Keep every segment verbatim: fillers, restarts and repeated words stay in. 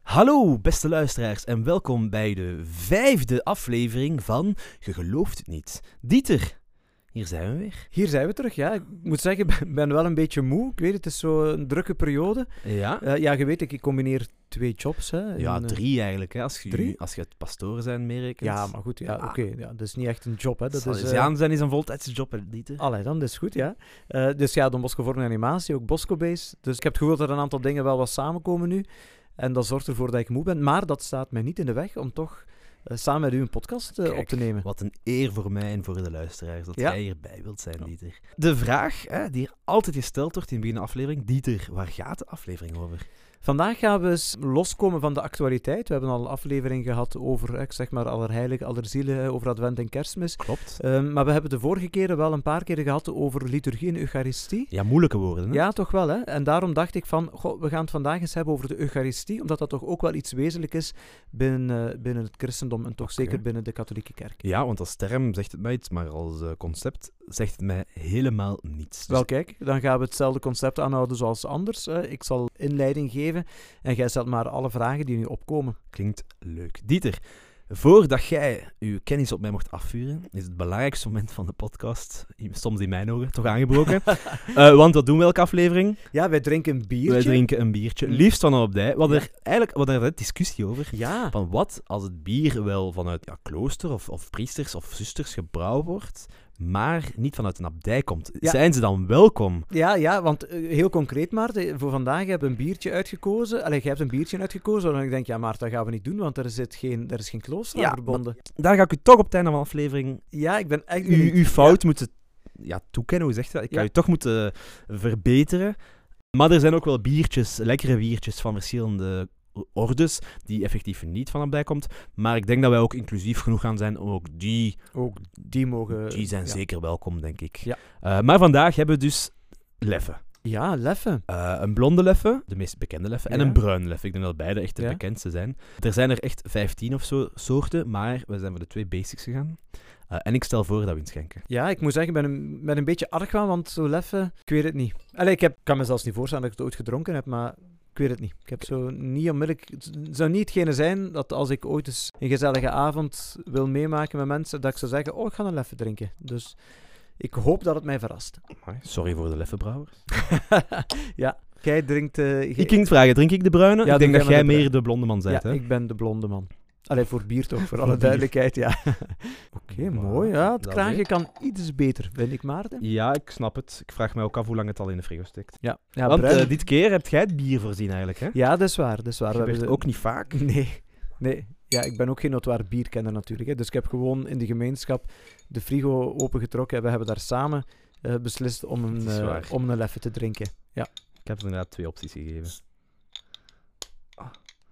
Hallo beste luisteraars en welkom bij de vijfde aflevering van Je gelooft het niet. Dieter, hier zijn we weer. Hier zijn we terug, ja. Ik moet zeggen, ik ben wel een beetje moe. Ik weet, het is zo'n drukke periode. Ja? Uh, ja, je weet, ik combineer twee jobs. Hè, Ja, en, uh, drie eigenlijk, hè, als je, drie? als je het pastoor zijn meerekent. Ja, maar goed, ja, Ja. oké. Okay, ja, dat is niet echt een job, hè. Dat is, Salesiaan uh, zijn is een voltijdse job, hè, Dieter. Allee, dan, dat is goed, ja. Uh, dus ja, Don Bosco vorm en animatie, ook Bosco Base. Dus ik heb het gevoel dat er een aantal dingen wel wat samenkomen nu. En dat zorgt ervoor dat ik moe ben. Maar dat staat mij niet in de weg om toch uh, samen met u een podcast uh, Kijk, op te nemen. Wat een eer voor mij en voor de luisteraars dat Ja. jij hierbij wilt zijn, Ja. Dieter. De vraag hè, die er altijd gesteld wordt in het begin van de aflevering. Dieter, waar gaat de aflevering over? Vandaag gaan we eens loskomen van de actualiteit. We hebben al een aflevering gehad over, ik zeg maar, Allerheiligen, Allerzielen, over Advent en Kerstmis. Klopt. Um, maar we hebben de vorige keren wel een paar keren gehad over liturgie en Eucharistie. Ja, moeilijke woorden, hè? Ja, toch wel, hè. En daarom dacht ik van, goh, we gaan het vandaag eens hebben over de Eucharistie, omdat dat toch ook wel iets wezenlijk is binnen, uh, binnen het christendom en toch Okay. zeker binnen de katholieke kerk. Ja, want als term zegt het mij iets, maar als uh, concept zegt het mij helemaal niets. Dus Wel kijk, dan gaan we hetzelfde concept aanhouden zoals anders. Hè. Ik zal inleiding geven en jij stelt maar alle vragen die nu opkomen. Klinkt leuk. Dieter, voordat jij uw kennis op mij mocht afvuren, is het belangrijkste moment van de podcast, soms in mijn ogen, toch aangebroken. uh, want wat doen we elke aflevering? Ja, wij drinken een biertje. Wij drinken een biertje, liefst van een abdij. We hadden er eigenlijk we hadden er discussie over. Ja. Van wat als het bier wel vanuit ja, klooster of, of priesters of zusters gebrouwen wordt, maar niet vanuit een abdij komt. Ja. Zijn ze dan welkom? Ja, ja, want uh, heel concreet, Maarten, voor vandaag heb je een biertje uitgekozen. Allee, jij hebt een biertje uitgekozen, en ik denk, ja, Maarten, dat gaan we niet doen, want er, zit geen, er is geen klooster aan Ja, verbonden. Daar ga ik u toch op het einde van de aflevering Ja, ik ben echt... u, uw fout moeten ja, toekennen, hoe zeg je dat? Ik ga Ja. u toch moeten verbeteren. Maar er zijn ook wel biertjes, lekkere biertjes van verschillende ordes, die effectief niet van abdij komt. Maar ik denk dat wij ook inclusief genoeg gaan zijn om ook die... Ook die mogen... Die zijn ja. zeker welkom, denk ik. Ja. Uh, maar vandaag hebben we dus leffe. Ja, leffe. Uh, een blonde leffe, de meest bekende leffe, en Ja. een bruine leffe. Ik denk dat beide echt de Ja. bekendste zijn. Er zijn er echt vijftien of zo soorten, maar we zijn voor de twee basics gegaan. Uh, en ik stel voor dat we inschenken. Ja, ik moet zeggen, ik ben een, ben een beetje argwaan, want zo leffe, ik weet het niet. Allee, ik heb, kan me zelfs niet voorstellen dat ik het ooit gedronken heb, maar ik weet het niet. Ik heb zo niet onmiddellijk... Het zou niet hetgene zijn dat als ik ooit eens een gezellige avond wil meemaken met mensen, dat ik zou zeggen, oh, ik ga een leffe drinken. Dus ik hoop dat het mij verrast. Sorry voor de leffebrouwers. Ja, jij drinkt... Uh, jij... Ik ging vragen, drink ik de bruine? Ja, ik denk doe dat jij jij maar de meer de blonde man bent, ja, hè? ik ben de blonde man. Allee, voor bier toch, voor alle bier. duidelijkheid, ja. Oké, okay, Wow, mooi. Ja, het dat kraagje weet. kan iets beter, vind ik, Maarten. Ja, ik snap het. Ik vraag me ook af hoe lang het al in de frigo steekt. Ja, ja Want bruin... uh, dit keer heb jij het bier voorzien eigenlijk, hè? Ja, dat is waar, dat is waar. Dat We gebeurt hebben... ook niet vaak. Nee, nee. Ja, ik ben ook geen notoire bierkenner natuurlijk. Hè. Dus ik heb gewoon in de gemeenschap de frigo opengetrokken en we hebben daar samen uh, beslist om een, uh, om een leffe te drinken. Ja. Ik heb er inderdaad twee opties gegeven. Ah.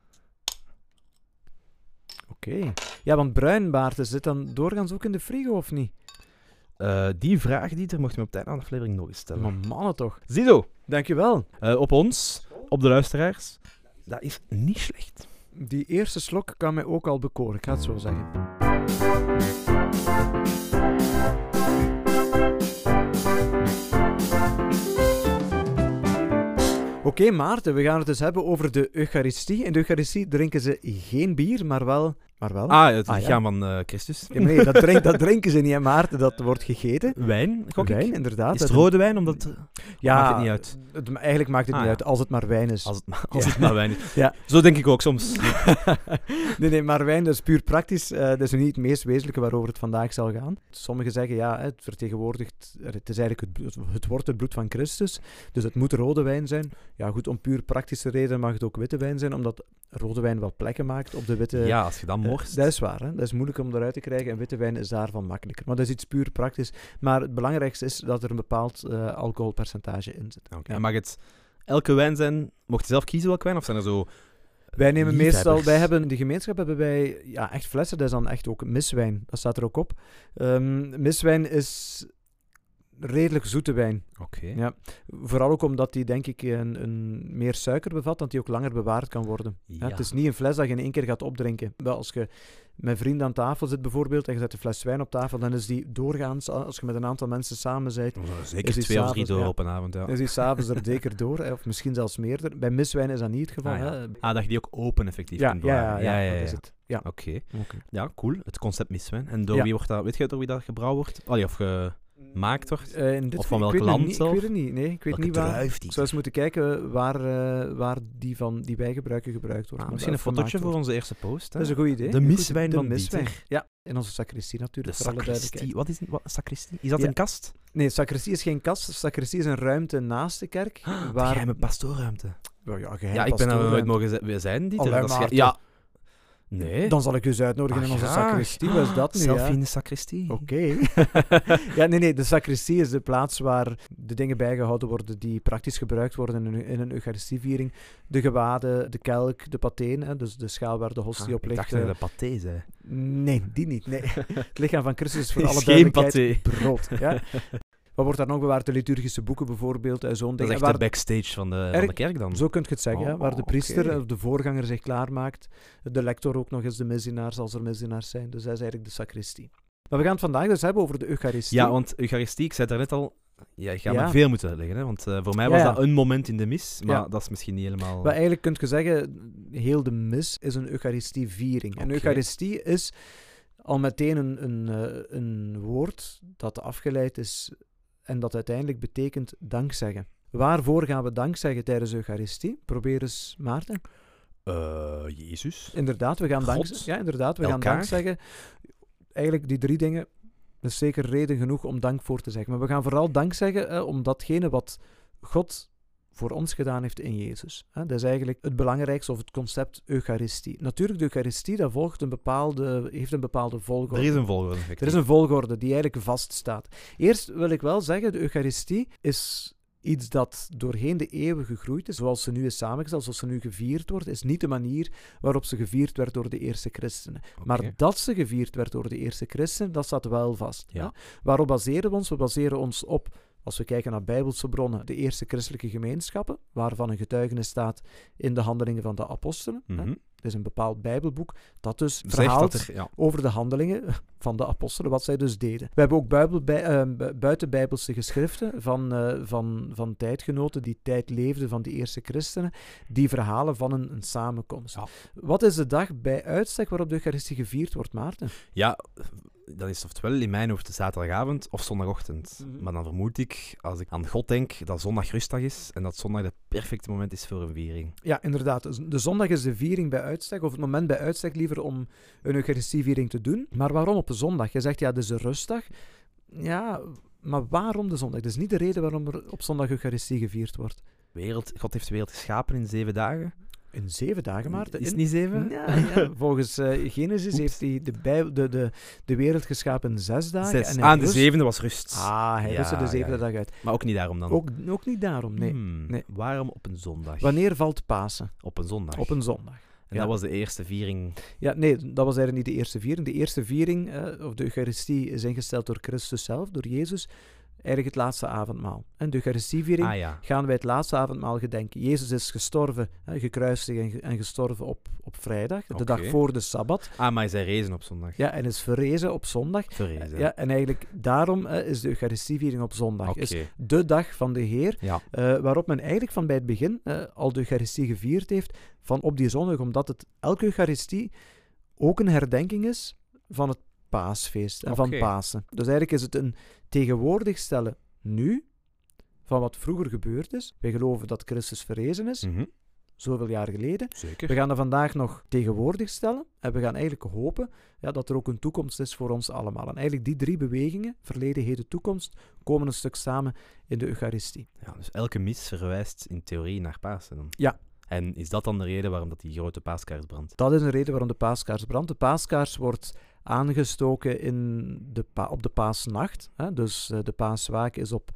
Oké. Okay. Ja, want bruin, Baarten, zit dan doorgaans ook in de frigo of niet? Uh, die vraag, Dieter, mocht je me op het einde van de aflevering nog eens stellen. Maar mannen toch. Ziezo. Dankjewel. Uh, op ons, op de luisteraars. Dat is niet slecht. Die eerste slok kan mij ook al bekoren, ik ga het zo zeggen. Oké, okay, Maarten, we gaan het dus hebben over de Eucharistie. In de Eucharistie drinken ze geen bier, maar wel... Maar wel? Ah, het ah, lichaam ja. van uh, Christus. Ja, nee, dat, drink, dat drinken ze niet, hè, Maarten. Dat wordt gegeten. Wijn, gok Wijn, ik. inderdaad. Is het rode wijn? Omdat... Uh, ja, maakt het niet uit. Het, eigenlijk maakt het ah, niet ja. uit, als het maar wijn is. Als het maar, als ja. het maar wijn is. Ja. Zo denk ik ook soms. nee, nee, maar wijn, dat is puur praktisch. Uh, dat is niet het meest wezenlijke waarover het vandaag zal gaan. Sommigen zeggen, ja, het vertegenwoordigt... Het is eigenlijk het, het wordt het bloed van Christus. Dus het moet rode wijn zijn. Ja, goed, om puur praktische redenen mag het ook witte wijn zijn, omdat rode wijn wel plekken maakt op de witte... Ja, als je dan morst. Uh, dat is waar, hè. Dat is moeilijk om eruit te krijgen en witte wijn is daarvan makkelijker. Maar dat is iets puur praktisch. Maar het belangrijkste is dat er een bepaald uh, alcoholpercentage in zit. Okay. Ja. Mag het elke wijn zijn? Mocht je zelf kiezen welke wijn? Of zijn er zo... Wij nemen meestal... Wij hebben in de gemeenschap hebben wij ja, echt flessen. Dat is dan echt ook miswijn. Dat staat er ook op. Um, miswijn is... redelijk zoete wijn. Oké. Ja. Vooral ook omdat die, denk ik, een, een meer suiker bevat, dat die ook langer bewaard kan worden. Ja. Ja, het is niet een fles dat je in één keer gaat opdrinken. Wel, als je met vrienden aan tafel zit bijvoorbeeld en je zet een fles wijn op tafel, dan is die doorgaans, als je met een aantal mensen samen bent, Zeker is die twee of drie s'avonds, door ja. op een avond, ja. is die s'avonds er zeker door, hè, of misschien zelfs meerder. Bij miswijn is dat niet het geval. Ah, ja. Hè. Ah, dat je die ook open effectief Ja, kunt ja, bewaren. ja, ja, ja, dat ja. is het. Ja. Oké. Oké. Ja, cool. Het concept miswijn. En door Ja. wie wordt dat... Weet je door wie dat gebrouwen wordt? Allee, of gemaakt wordt? Eh, in dit Of geval- van ik welk weet het land niet, zelf? Ik weet het niet. Nee, ik weet Welke niet waar. druif die? Ik zou eens moeten kijken waar, uh, waar die, van, die wij gebruiken gebruikt wordt. Ah, maar misschien een dat gemaakt fotootje voor wordt. onze eerste post. Hè? Dat is een goed idee. De Een goed- miswijn de van miswijn. Dieter. Ja, in onze sacristie De natuurlijk, voor alle sacristie. duidelijkheid. Wat is wat, sacristie? Is dat Ja. een kast? Nee, sacristie is geen kast. Sacristie is een ruimte naast de kerk. Ah, waar... De geheime pastoorruimte. Oh, ja, geheim Ja, ik ben er nooit pastoorruimte. mogen z- zijn, Dieter. Allee, Dat is ge- Maarten. Ja. Nee. Dan zal ik u eens uitnodigen Ah, in onze graag. sacristie. Wat is dat nu? Selfie Ja? in de sacristie. Oké. ja, nee, nee. De sacristie is de plaats waar de dingen bijgehouden worden die praktisch gebruikt worden in een, in een eucharistieviering. De gewaden, de kelk, de pateen, hè, dus de schaal waar de hostie Ah, op ik ligt. dacht dat je eh, de paté zei. Nee, die niet. Nee. Het lichaam van Christus is voor Is alle geen duidelijkheid paté. brood. Ja? Wat wordt daar nog bewaard? De liturgische boeken bijvoorbeeld. eh, Zo'n Dat ding. is echt Waar- de backstage van de, van Erg- de kerk dan. Zo kun je het zeggen, Oh, hè, waar de priester oké. of de voorganger zich klaarmaakt. De lector ook nog eens de misdienaars, als er misdienaars zijn. Dus dat is eigenlijk de sacristie. Maar we gaan het vandaag dus hebben over de Eucharistie. Ja, want Eucharistie, ik zei het net al, ja, je gaat Ja. me veel moeten uitleggen. Hè? Want uh, voor mij Ja, was ja. dat een moment in de mis, maar Ja. dat is misschien niet helemaal... Maar eigenlijk kun je zeggen, heel de mis is een Eucharistieviering. En Oké. Eucharistie is al meteen een, een, eh, een woord dat afgeleid is en dat uiteindelijk betekent dankzeggen. Waarvoor gaan we dankzeggen tijdens Eucharistie? Probeer eens, Maarten. Uh, Jezus. Inderdaad, we gaan God. dankzeggen. Ja, inderdaad, we gaan Elkaar. dankzeggen. Eigenlijk die drie dingen, dat is zeker reden genoeg om dank voor te zeggen. Maar we gaan vooral dankzeggen eh, om datgene wat God voor ons gedaan heeft in Jezus. Hè. Dat is eigenlijk het belangrijkste of het concept Eucharistie. Natuurlijk, de Eucharistie dat volgt een bepaalde, heeft een bepaalde volgorde. Er is een volgorde. effectief. Er is een volgorde die eigenlijk vaststaat. Eerst wil ik wel zeggen, de Eucharistie is iets dat doorheen de eeuwen gegroeid is, zoals ze nu is samengesteld, zoals ze nu gevierd wordt, is niet de manier waarop ze gevierd werd door de eerste christenen. Oké. Maar dat ze gevierd werd door de eerste christenen, dat staat wel vast. Ja. Hè? Waarop baseren we ons? We baseren ons op, als we kijken naar bijbelse bronnen, de eerste christelijke gemeenschappen, waarvan een getuigenis staat in de Handelingen van de Apostelen. Hè? Mhm. Het is een bepaald bijbelboek dat dus Zegt verhaalt dat er, ja. over de handelingen van de apostelen, wat zij dus deden. We hebben ook buibel, bij, eh, bu- buitenbijbelse geschriften van, eh, van, van tijdgenoten die tijd leefden, van die eerste christenen, die verhalen van een, een samenkomst. Ja. Wat is de dag bij uitstek waarop de Eucharistie gevierd wordt, Maarten? Ja, dat is oftewel in mijn hoofd zaterdagavond of zondagochtend. Mhm. Maar dan vermoed ik, als ik aan God denk, dat zondag rustdag is en dat zondag het perfecte moment is voor een viering. Ja, inderdaad. Dus de zondag is de viering bij uitstek, of het moment bij uitstek liever om een Eucharistieviering te doen. Maar waarom op een zondag? Je zegt, ja, het is een rustdag. Ja, maar waarom de zondag? Dat is niet de reden waarom er op zondag Eucharistie gevierd wordt. Wereld, God heeft de wereld geschapen in zeven dagen. In zeven dagen, Maarten. Is het In- niet zeven? Ja, ja. Volgens eh, Genesis Oeps. heeft hij de, bij, de, de, de wereld geschapen in zes dagen. Zes. En hij Aan de rust- zevende was rust. Ah, hij Ja, rustte de zevende ja. dag uit. Maar ook niet daarom dan. Ook, ook niet daarom, nee. Hmm, nee. Waarom op een zondag? Wanneer valt Pasen? Op een zondag. Op een zondag. En ja. dat was de eerste viering. Ja, nee, dat was eigenlijk niet de eerste viering. De eerste viering, eh, of de Eucharistie, is ingesteld door Christus zelf, door Jezus. Eigenlijk het laatste avondmaal. En de Eucharistieviering Ah ja. gaan wij het laatste avondmaal gedenken. Jezus is gestorven, hè, gekruisigd en, ge- en gestorven op, op vrijdag, de Oké. dag voor de Sabbat. Ah, maar zij rezen op zondag. Ja, en is verrezen op zondag. Verrezen. Ja, en eigenlijk daarom eh, is de Eucharistieviering op zondag. Oké. Is de dag van de Heer, Ja. eh, waarop men eigenlijk van bij het begin eh, al de Eucharistie gevierd heeft, van op die zondag, omdat het elke Eucharistie ook een herdenking is van het paasfeest en van Oké. Pasen. Dus eigenlijk is het een tegenwoordig stellen nu van wat vroeger gebeurd is. Wij geloven dat Christus verrezen is, Mhm. zoveel jaar geleden. Zeker. We gaan dat vandaag nog tegenwoordig stellen en we gaan eigenlijk hopen ja, dat er ook een toekomst is voor ons allemaal. En eigenlijk die drie bewegingen, verleden, heden, toekomst, komen een stuk samen in de Eucharistie. Ja, dus elke mis verwijst in theorie naar Pasen dan. Ja. En is dat dan de reden waarom dat die grote paaskaars brandt? Dat is een reden waarom de paaskaars brandt. De paaskaars wordt aangestoken in de pa- op de paasnacht. Hè? Dus uh, de paaswaak is op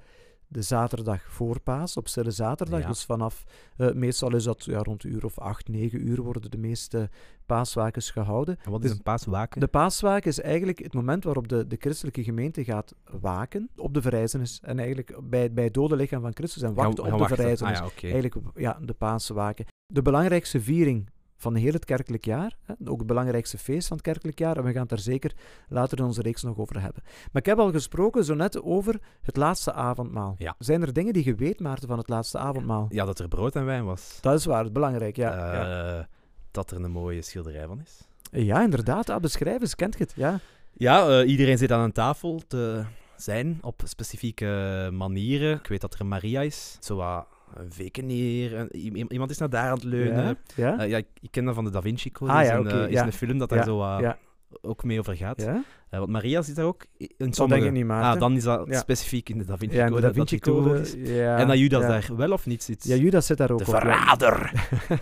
de zaterdag voor Paas, op Stille Zaterdag. Ja. Dus vanaf, uh, meestal is dat ja, rond een uur of acht, negen uur worden de meeste paaswakens gehouden. En wat is Dus een paaswaken? De paaswaken is eigenlijk het moment waarop de, de christelijke gemeente gaat waken op de verrijzenis. En eigenlijk bij, bij het dode lichaam van Christus en wachten Gaan- op gaan de wachten. verrijzenis. Ah, ja, oké. Eigenlijk ja, de paaswaken. De belangrijkste viering van heel het kerkelijk jaar. Hè? Ook het belangrijkste feest van het kerkelijk jaar. En we gaan het daar zeker later in onze reeks nog over hebben. Maar ik heb al gesproken zo net over het laatste avondmaal. Ja. Zijn er dingen die je weet, Maarten, van het laatste avondmaal? Ja, dat er brood en wijn was. Dat is waar, het is belangrijk. Ja, Eh, ja. Dat er een mooie schilderij van is. ja inderdaad. Ah, beschrijf eens, kent je het? Ja. Ja, uh, iedereen zit aan een tafel te zijn op specifieke manieren. Ik weet dat er een Maria is. Zo wat een vekenier. Een, iemand is naar daar aan het leunen. Ja? Ja? Uh, ja, ik, ik ken dat van de Da Vinci Code. Ah, is ja, een, oké, uh, is ja. een film dat daar Ja, zo wat ja. ook mee over gaat. Ja? Uh, want Maria zit daar ook in Dat sommige... denk ik niet, Maarten. Ah, dan is dat Ja. specifiek in de Da Vinci Ja, in Code. de Da dat Vinci die toevoegd Code. is. Ja, En dat Judas ja. daar wel of niet zit. Ja, Judas zit daar ook de op. ja. verrader!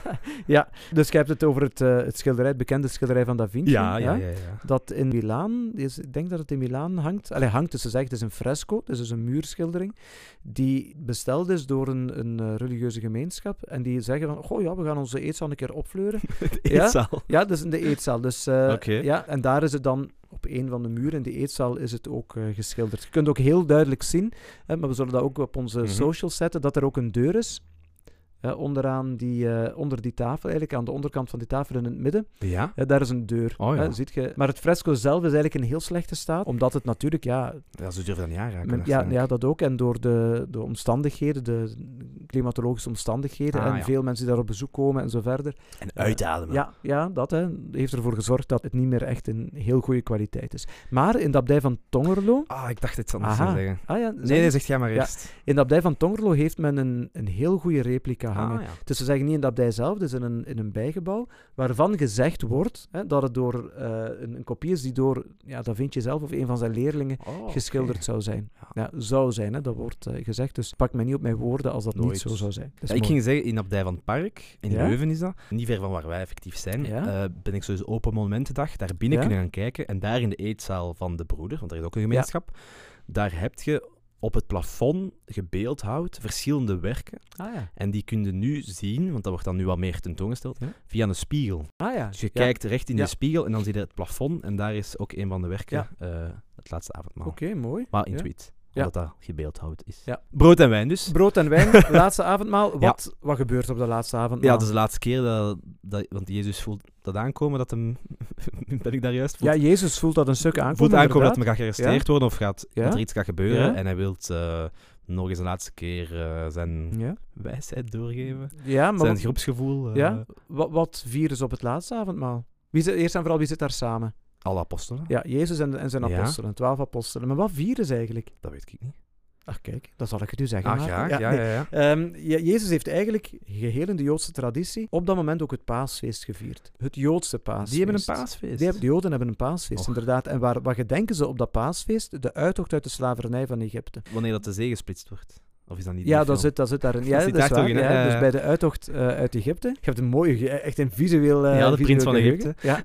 Ja, dus je hebt het over het, uh, het schilderij, het bekende schilderij van Da Vinci. Ja, ja, ja. ja. Dat in Milaan, is, ik denk dat het in Milaan hangt. Allee, hangt, dus ze zegt, het is een fresco, het is dus een muurschildering, die besteld is door een, een uh, religieuze gemeenschap. En die zeggen van, goh ja, we gaan onze eetzaal een keer opfleuren. De Ja? eetzaal. Ja, dus in de eetzaal. Dus, uh, Oké. ja, en daar is het dan, op een van de muren in de eetzaal is het ook uh, geschilderd. Je kunt ook heel duidelijk zien, hè, maar we zullen dat ook op onze Mhm. socials zetten, dat er ook een deur is. Uh, onderaan die, uh, onder die tafel, eigenlijk aan de onderkant van die tafel in het midden. Ja? Ja, daar is een deur. Oh, ja. Hè, ziet je. Maar het fresco zelf is eigenlijk in heel slechte staat, omdat het natuurlijk, ja, Ja, ze durven dat niet aanraken. men, ja, waarschijnlijk. ja, dat ook. En door de, de omstandigheden, de klimatologische omstandigheden, Ah, en ja. veel mensen die daar op bezoek komen en zo verder. En uitademen. Ja, ja, dat hè, heeft ervoor gezorgd dat het niet meer echt een heel goede kwaliteit is. Maar in de abdij van Tongerlo... Ah, ik dacht iets anders Aha. te zeggen. Ah, ja, Nee, nee, zeg jij maar Ja. eerst. In de abdij van Tongerlo heeft men een, een heel goede replica hangen. Ah, ja. Dus ze zeggen niet in de abdij zelf, dus in een, in een bijgebouw, waarvan gezegd wordt hè, dat het door uh, een, een kopie is die door ja, Da Vinci zelf of een van zijn leerlingen Oh, geschilderd oké. zou zijn. Ja. Ja, zou zijn, hè, dat wordt uh, gezegd. Dus pak me niet op mijn woorden als dat Nooit. niet zo zou zijn. Dat is Ja, ik mooi. ging zeggen, in Abdij van het Park, in Ja? Leuven is dat, niet ver van waar wij effectief zijn, Ja? uh, ben ik zo eens Open Monumentendag daar binnen Ja? kunnen gaan kijken. En daar in de eetzaal van de broeder, want er is ook een gemeenschap, daar heb je op het plafond gebeeldhouwd verschillende werken. Ah ja. En die kun je nu zien, want dat wordt dan nu wat meer tentoongesteld, Ja? via een spiegel. Ah ja. Dus je Ja. kijkt recht in Ja. de spiegel en dan zie je het plafond en daar is ook een van de werken, Ja. uh, het laatste avondmaal. Oké, mooi. Maar Ja. intuït, Ja. omdat dat gebeeldhouwd is. Ja. Brood en wijn dus. Brood en wijn, laatste avondmaal. Wat, wat gebeurt op de laatste avondmaal? Ja, dat is de laatste keer dat, dat... Want Jezus voelt dat aankomen, dat hem... ben ik daar juist? Voelt, Ja, Jezus voelt dat een stuk aankomen. voelt aankomen dat inderdaad. hem gaat gearresteerd worden of gaat, Ja. dat er iets gaat gebeuren. Ja. En hij wil uh, nog eens een laatste keer uh, zijn Ja, wijsheid doorgeven. ja maar Zijn wat, groepsgevoel. Uh, ja, wat, wat vieren ze op het laatste avondmaal? Wie zit, eerst en vooral, wie zit daar samen? Alle apostelen? Ja, Jezus en, en zijn Ja. apostelen, twaalf apostelen. Maar wat vieren ze eigenlijk? Dat weet ik niet. Ach, kijk, dat zal ik het u zeggen. Ah, Maarten. graag. Ja, nee. ja, ja. Um, ja, Jezus heeft eigenlijk, geheel in de Joodse traditie, op dat moment ook het paasfeest gevierd. Het Joodse paasfeest. Die hebben een paasfeest. Die hebben, de Joden hebben een paasfeest, Och. inderdaad. En waar, wat gedenken ze op dat paasfeest? De uittocht uit de slavernij van Egypte. Wanneer dat de zee gesplitst wordt. Of is dat niet Ja, die dat film? zit, dat zit daarin. Ja, Dat zit dat is daar waar. toch in, hè? Ja, Ja, dus ja. bij de uittocht uh, uit Egypte. Je hebt een mooie, ge- echt een visueel uh, Ja, de prins visueel van geheugen. Ja.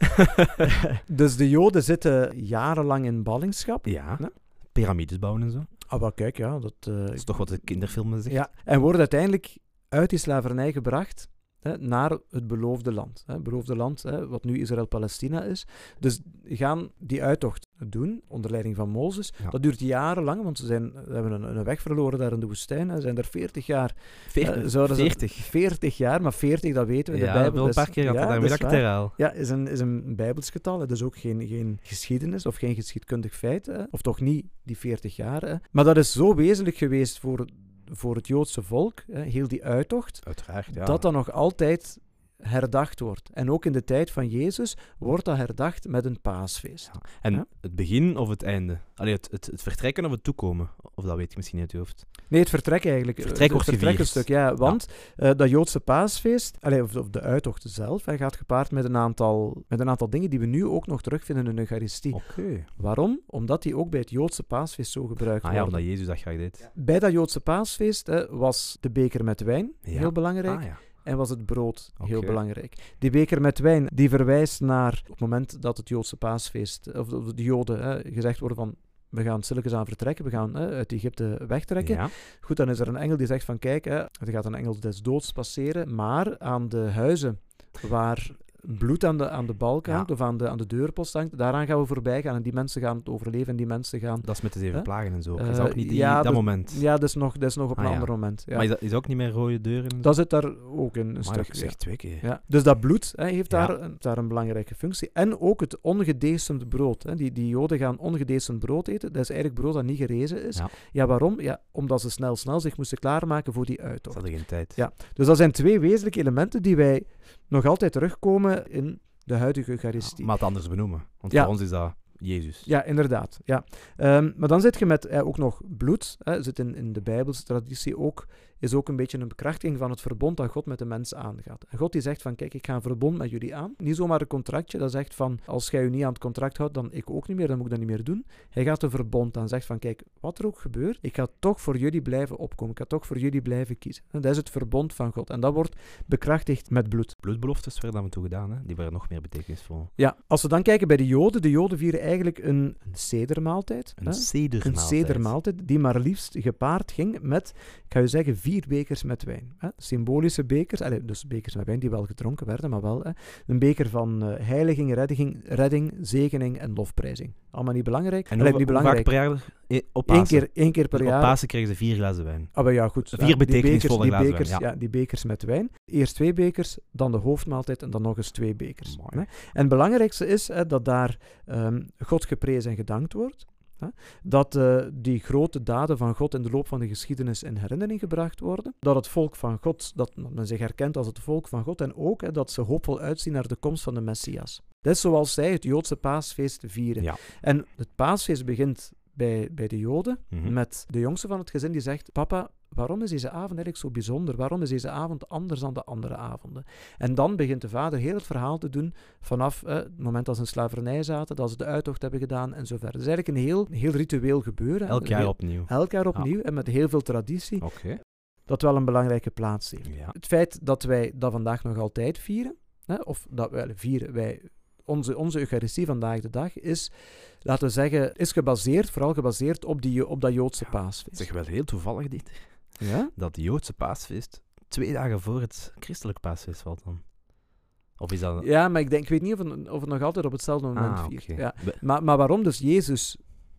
dus de Joden zitten jarenlang in ballingschap. Ja. Ja. Piramides bouwen en zo. Ah, wel kijk, ja. Dat, uh, Dat is toch wat de kinderfilmen zeggen. Ja, en worden uiteindelijk uit die slavernij gebracht hè, naar het beloofde land. Hè, het beloofde land, hè, wat nu Israël-Palestina is. Dus gaan die uittocht doen, onder leiding van Mozes. Ja. Dat duurt jarenlang, want ze, zijn, ze hebben een, een weg verloren daar in de woestijn. Hè. Ze zijn er veertig jaar. Veertig. eh, zouden ze- veertig. veertig jaar, maar veertig, dat weten we in Ja, de Bijbel. wel een paar is- keer gehad ja, dat dat ik is het waar. herhaal. Ja, is een, is een Bijbels getal. Het is ook geen, geen geschiedenis of geen geschiedkundig feit. Hè. Of toch niet die veertig jaar. Hè. Maar dat is zo wezenlijk geweest voor, voor het Joodse volk, hè, heel die uittocht, Uiteraard, ja. dat dat nog altijd herdacht wordt. En ook in de tijd van Jezus wordt dat herdacht met een paasfeest. Ja. En Ja. het begin of het einde? Allee, het, het, het vertrekken of het toekomen? Of dat weet je misschien niet uit je hoofd. Nee, het vertrek eigenlijk. Vertrek het wordt vertrek een gevierd. stuk, ja. Want eh, dat Joodse paasfeest, allee, of, of de uittocht zelf, hij gaat gepaard met een, aantal, met een aantal dingen die we nu ook nog terugvinden in de Eucharistie. Oké. Waarom? Omdat die ook bij het Joodse paasfeest zo gebruikt Ah ja, worden. omdat Jezus dat graag deed. Bij dat Joodse paasfeest eh, was de beker met wijn Ja. heel belangrijk. Ah ja. En was het brood heel Oké. belangrijk. Die beker met wijn, die verwijst naar op het moment dat het Joodse paasfeest, of de, de Joden, hè, gezegd worden van, we gaan stilletjes aan vertrekken, we gaan hè, uit Egypte wegtrekken. Ja. Goed, dan is er een engel die zegt van, kijk, hè, er gaat een engel des doods passeren, maar aan de huizen waar bloed aan de, aan de balk hangt, Ja. of aan de, aan de deurpost hangt, daaraan gaan we voorbij gaan en die mensen gaan het overleven en die mensen gaan... Dat is met de zeven Huh? plagen en zo. Uh, is dat ook niet die, ja, dat dat- moment? Ja, dat is nog, dat is nog op Ah, een ja. ander moment. Ja. Maar is dat is ook niet meer rode deuren? en zo? Dat zit daar ook in een Maar stuk. ik zeg ja. twee keer. Ja. Dus dat bloed hè, heeft Ja. daar, een- daar een belangrijke functie. En ook het ongedecemd brood. Hè. Die, die joden gaan ongedecemd brood eten. Dat is eigenlijk brood dat niet gerezen is. Ja. Ja, waarom? Ja, omdat ze snel, snel zich moesten klaarmaken voor die Ze uittocht. hadden geen tijd. Ja. Dus dat zijn twee wezenlijke elementen die wij nog altijd terugkomen in de huidige Eucharistie. Maar het anders benoemen. Want Ja. voor ons is dat Jezus. Ja, inderdaad. Ja. Ehm, maar dan zit je met eh, ook nog bloed. Hè, zit in, in de Bijbelse traditie ook, is ook een beetje een bekrachtiging van het verbond dat God met de mens aangaat. En God die zegt van, kijk, ik ga een verbond met jullie aan. Niet zomaar een contractje, dat zegt van, als jij je niet aan het contract houdt, dan ik ook niet meer, dan moet ik dat niet meer doen. Hij gaat een verbond aan, zegt van, kijk, wat er ook gebeurt, ik ga toch voor jullie blijven opkomen. Ik ga toch voor jullie blijven kiezen. En dat is het verbond van God. En dat wordt bekrachtigd met bloed. Bloedbeloftes werden af en toe gedaan, hè? Die waren nog meer betekenisvol. Ja, als we dan kijken bij de Joden, de Joden vieren eigenlijk een, een sedermaaltijd. Een hè? sedermaaltijd. Een sedermaaltijd die maar liefst gepaard ging met, ik ga je zeggen, vier bekers met wijn. Hè? Symbolische bekers, allee, dus bekers met wijn die wel gedronken werden, maar wel hè? Een beker van uh, heiliging, redding, redding, zegening en lofprijzing. Allemaal niet belangrijk. En Allee, hoe, niet hoe vaak belangrijk. per jaar? E- Op Eén Pasen. keer, één keer per Dus op jaar. Pasen kregen ze vier glazen wijn. Ah, maar ja, goed. Vier ja, die betekenisvolle bekers, die glazen bekers, wijn, ja. die bekers met wijn. Eerst twee bekers, dan de hoofdmaaltijd en dan nog eens twee bekers. Mooi. Hè? En het belangrijkste is hè, dat daar um, God geprezen en gedankt wordt. Hè? Dat uh, die grote daden van God in de loop van de geschiedenis in herinnering gebracht worden. Dat het volk van God, dat men zich herkent als het volk van God. En ook hè, dat ze hoopvol uitzien naar de komst van de Messias. Dat is zoals zij het Joodse paasfeest vieren. Ja. En het paasfeest begint bij, bij de Joden Mhm. met de jongste van het gezin die zegt, papa, waarom is deze avond eigenlijk zo bijzonder? Waarom is deze avond anders dan de andere avonden? En dan begint de vader heel het verhaal te doen vanaf eh, het moment dat ze in slavernij zaten, dat ze de uittocht hebben gedaan en zo verder. Het is eigenlijk een heel, heel ritueel gebeuren. Elk jaar Heel- opnieuw. Elk jaar opnieuw en met heel veel traditie, Oké. dat wel een belangrijke plaats heeft. Ja. Het feit dat wij dat vandaag nog altijd vieren, hè, of dat wij vieren, wij, onze, onze Eucharistie vandaag de dag, is, laten we zeggen, is gebaseerd, vooral gebaseerd op, die, op dat Joodse paasfeest. Zeg wel heel toevallig dit, Ja? dat het Joodse paasfeest twee dagen voor het christelijk paasfeest valt dan. Of is dat... Ja, maar ik, denk, ik weet niet of het, of het nog altijd op hetzelfde moment ah, viert. oké. Ja. Be- Maar, maar waarom dus Jezus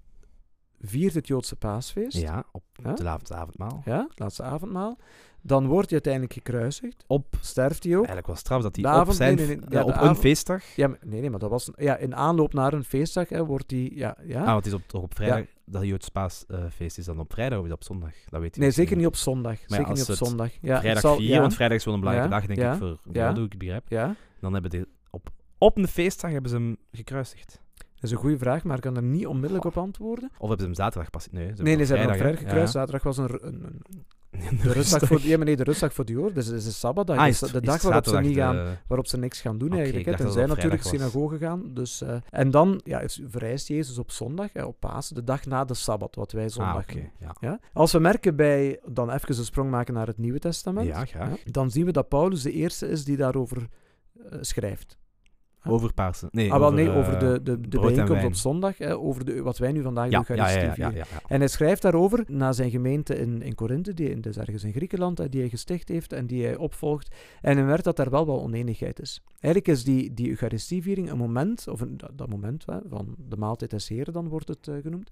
viert het Joodse paasfeest? Ja, op Ja? de laatste avondmaal. Ja, het laatste avondmaal. Dan wordt hij uiteindelijk gekruisigd. Op, Sterft hij ook. eigenlijk wel straf dat hij De op, avond- zijn, nee, nee, nee, ja, ja, de op een avond- feestdag... Ja, maar, nee, nee, maar dat was... Ja, in aanloop naar een feestdag hè, wordt hij... Ja, ja. Ah, want het is op, toch op vrijdag, dat het Joodse paasfeest is dan op vrijdag of is dat op zondag? Dat weet je nee, misschien zeker niet op zondag. Maar ja, zeker als niet op het zondag. Ja, Vrijdag het zal- vier, ja, want vrijdag is wel een belangrijke Ja, dag, denk ja, ik, voor de ja. Joden, hoe ik het begrijp. Ja, Dan hebben ze op, op een feestdag hebben ze hem gekruisigd. dat is een goede vraag, maar ik kan er niet onmiddellijk op antwoorden. Of hebben ze hem zaterdag pas... Nee, ze hebben Nee, hem nee, ze hebben op vrijdag, vrijdag hè? gekruist. Zaterdag was een, een, een, Ja. de rustdag voor, ja, maar nee, de rustdag voor de Joden. Dus het is een sabbatdag. Ah, Dus is het- de is dag het waarop ze, zaterdag niet gaan, de- waarop ze niks gaan doen Oké, eigenlijk. ik Hè. dacht Tenzij dat het op natuurlijk vrijdag was. synagoge gaan. Dus, uh, en dan ja, is, verrijst Jezus op zondag, hè, op Pasen, de dag na de Sabbat, wat wij zondag Ah, oké. noemen. Ja. Ja? Als we merken bij, dan even een sprong maken naar het Nieuwe Testament, Ja, graag. ja, dan zien we dat Paulus de eerste is die daarover uh, schrijft. Over Pasen. Nee, ah, wel, over, nee, eh, over de, de, de brood en bijeenkomst wijn. op zondag, hè, over de, wat wij nu vandaag de Ja, ja, ja, Eucharistie ja, ja, vieren. ja, ja. En hij schrijft daarover naar zijn gemeente in, in Korinthe, die dus ergens in Griekenland, hè, die hij gesticht heeft en die hij opvolgt. En hij merkt dat daar wel wel oneenigheid is. Eigenlijk is die, die Eucharistieviering een moment, of een, dat moment hè, van de maaltijd des Heren, dan wordt het uh, genoemd,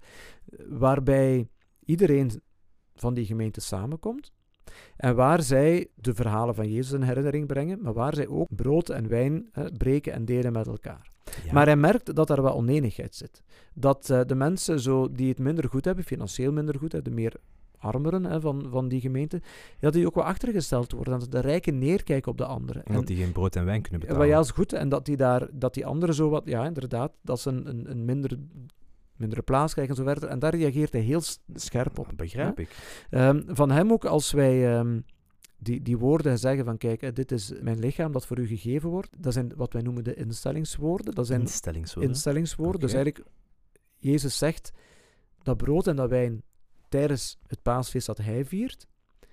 waarbij iedereen van die gemeente samenkomt. En waar zij de verhalen van Jezus in herinnering brengen, maar waar zij ook brood en wijn hè, breken en delen met elkaar. Ja. Maar hij merkt dat er wel oneenigheid zit. Dat uh, de mensen zo, die het minder goed hebben, financieel minder goed, hè, de meer armeren hè, van, van die gemeente, dat die ook wel achtergesteld worden. Dat de rijken neerkijken op de anderen. En dat die geen brood en wijn kunnen en, betalen. ja, is goed. En dat die, daar, dat die anderen zo wat, ja, inderdaad, dat ze een, een, een minder, mindere plaats krijgen en zo verder. En daar reageert hij heel s- scherp op. Dat begrijp hè. ik. Um, van hem ook, als wij um, die, die woorden zeggen van, kijk, hè, dit is mijn lichaam dat voor u gegeven wordt. Dat zijn wat wij noemen de instellingswoorden. Dat zijn Instellingswoorden. instellingswoorden. Oké. Dus eigenlijk, Jezus zegt dat brood en dat wijn tijdens het paasfeest dat hij viert,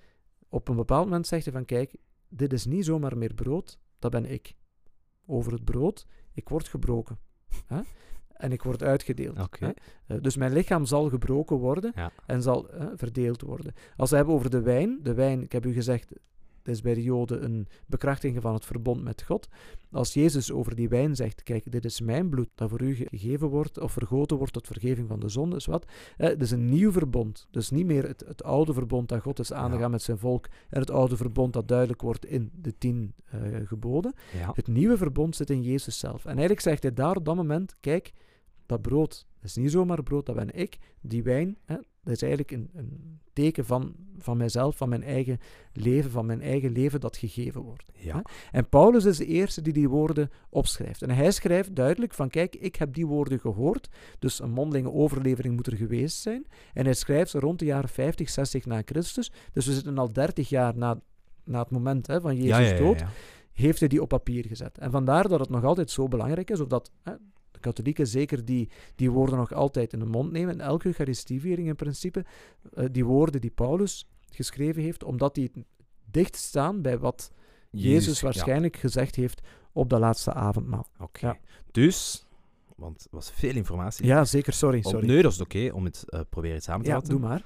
op een bepaald moment zegt hij van, kijk, dit is niet zomaar meer brood, dat ben ik. Over het brood, ik word gebroken. Hè? en ik word uitgedeeld. Oké. Hè? Uh, dus mijn lichaam zal gebroken worden Ja. en zal uh, verdeeld worden. Als we hebben over de wijn, de wijn, ik heb u gezegd, het is bij de Joden een bekrachtiging van het verbond met God. Als Jezus over die wijn zegt, kijk, dit is mijn bloed dat voor u gegeven wordt of vergoten wordt tot vergeving van de zonde, is wat? Eh, het is een nieuw verbond. Dus niet meer het, het oude verbond dat God is aangegaan ja. met zijn volk en het oude verbond dat duidelijk wordt in de tien uh, geboden. Ja. Het nieuwe verbond zit in Jezus zelf. En eigenlijk zegt hij daar op dat moment, kijk, dat brood, dat is niet zomaar brood, dat ben ik. Die wijn, hè, dat is eigenlijk een, een teken van, van mijzelf, van mijn eigen leven, van mijn eigen leven dat gegeven wordt. Ja. Hè? En Paulus is de eerste die die woorden opschrijft. En hij schrijft duidelijk van, kijk, ik heb die woorden gehoord, dus een mondelinge overlevering moet er geweest zijn. En hij schrijft ze rond de jaren vijftig, zestig na Christus. Dus we zitten al dertig jaar na, na het moment hè, van Jezus ja, ja, ja, ja. dood, heeft hij die op papier gezet. En vandaar dat het nog altijd zo belangrijk is, of dat... Hè, katholieken zeker die, die woorden nog altijd in de mond nemen. In elke Eucharistieviering in principe, uh, die woorden die Paulus geschreven heeft, omdat die dicht staan bij wat Jezus, Jezus waarschijnlijk ja. gezegd heeft op dat laatste avondmaal. Oké. Okay. Ja. Dus, want het was veel informatie. Ja, zeker. Sorry. sorry. Nee, dat is oké, okay, om het uh, proberen samen te ja, vatten. doe maar.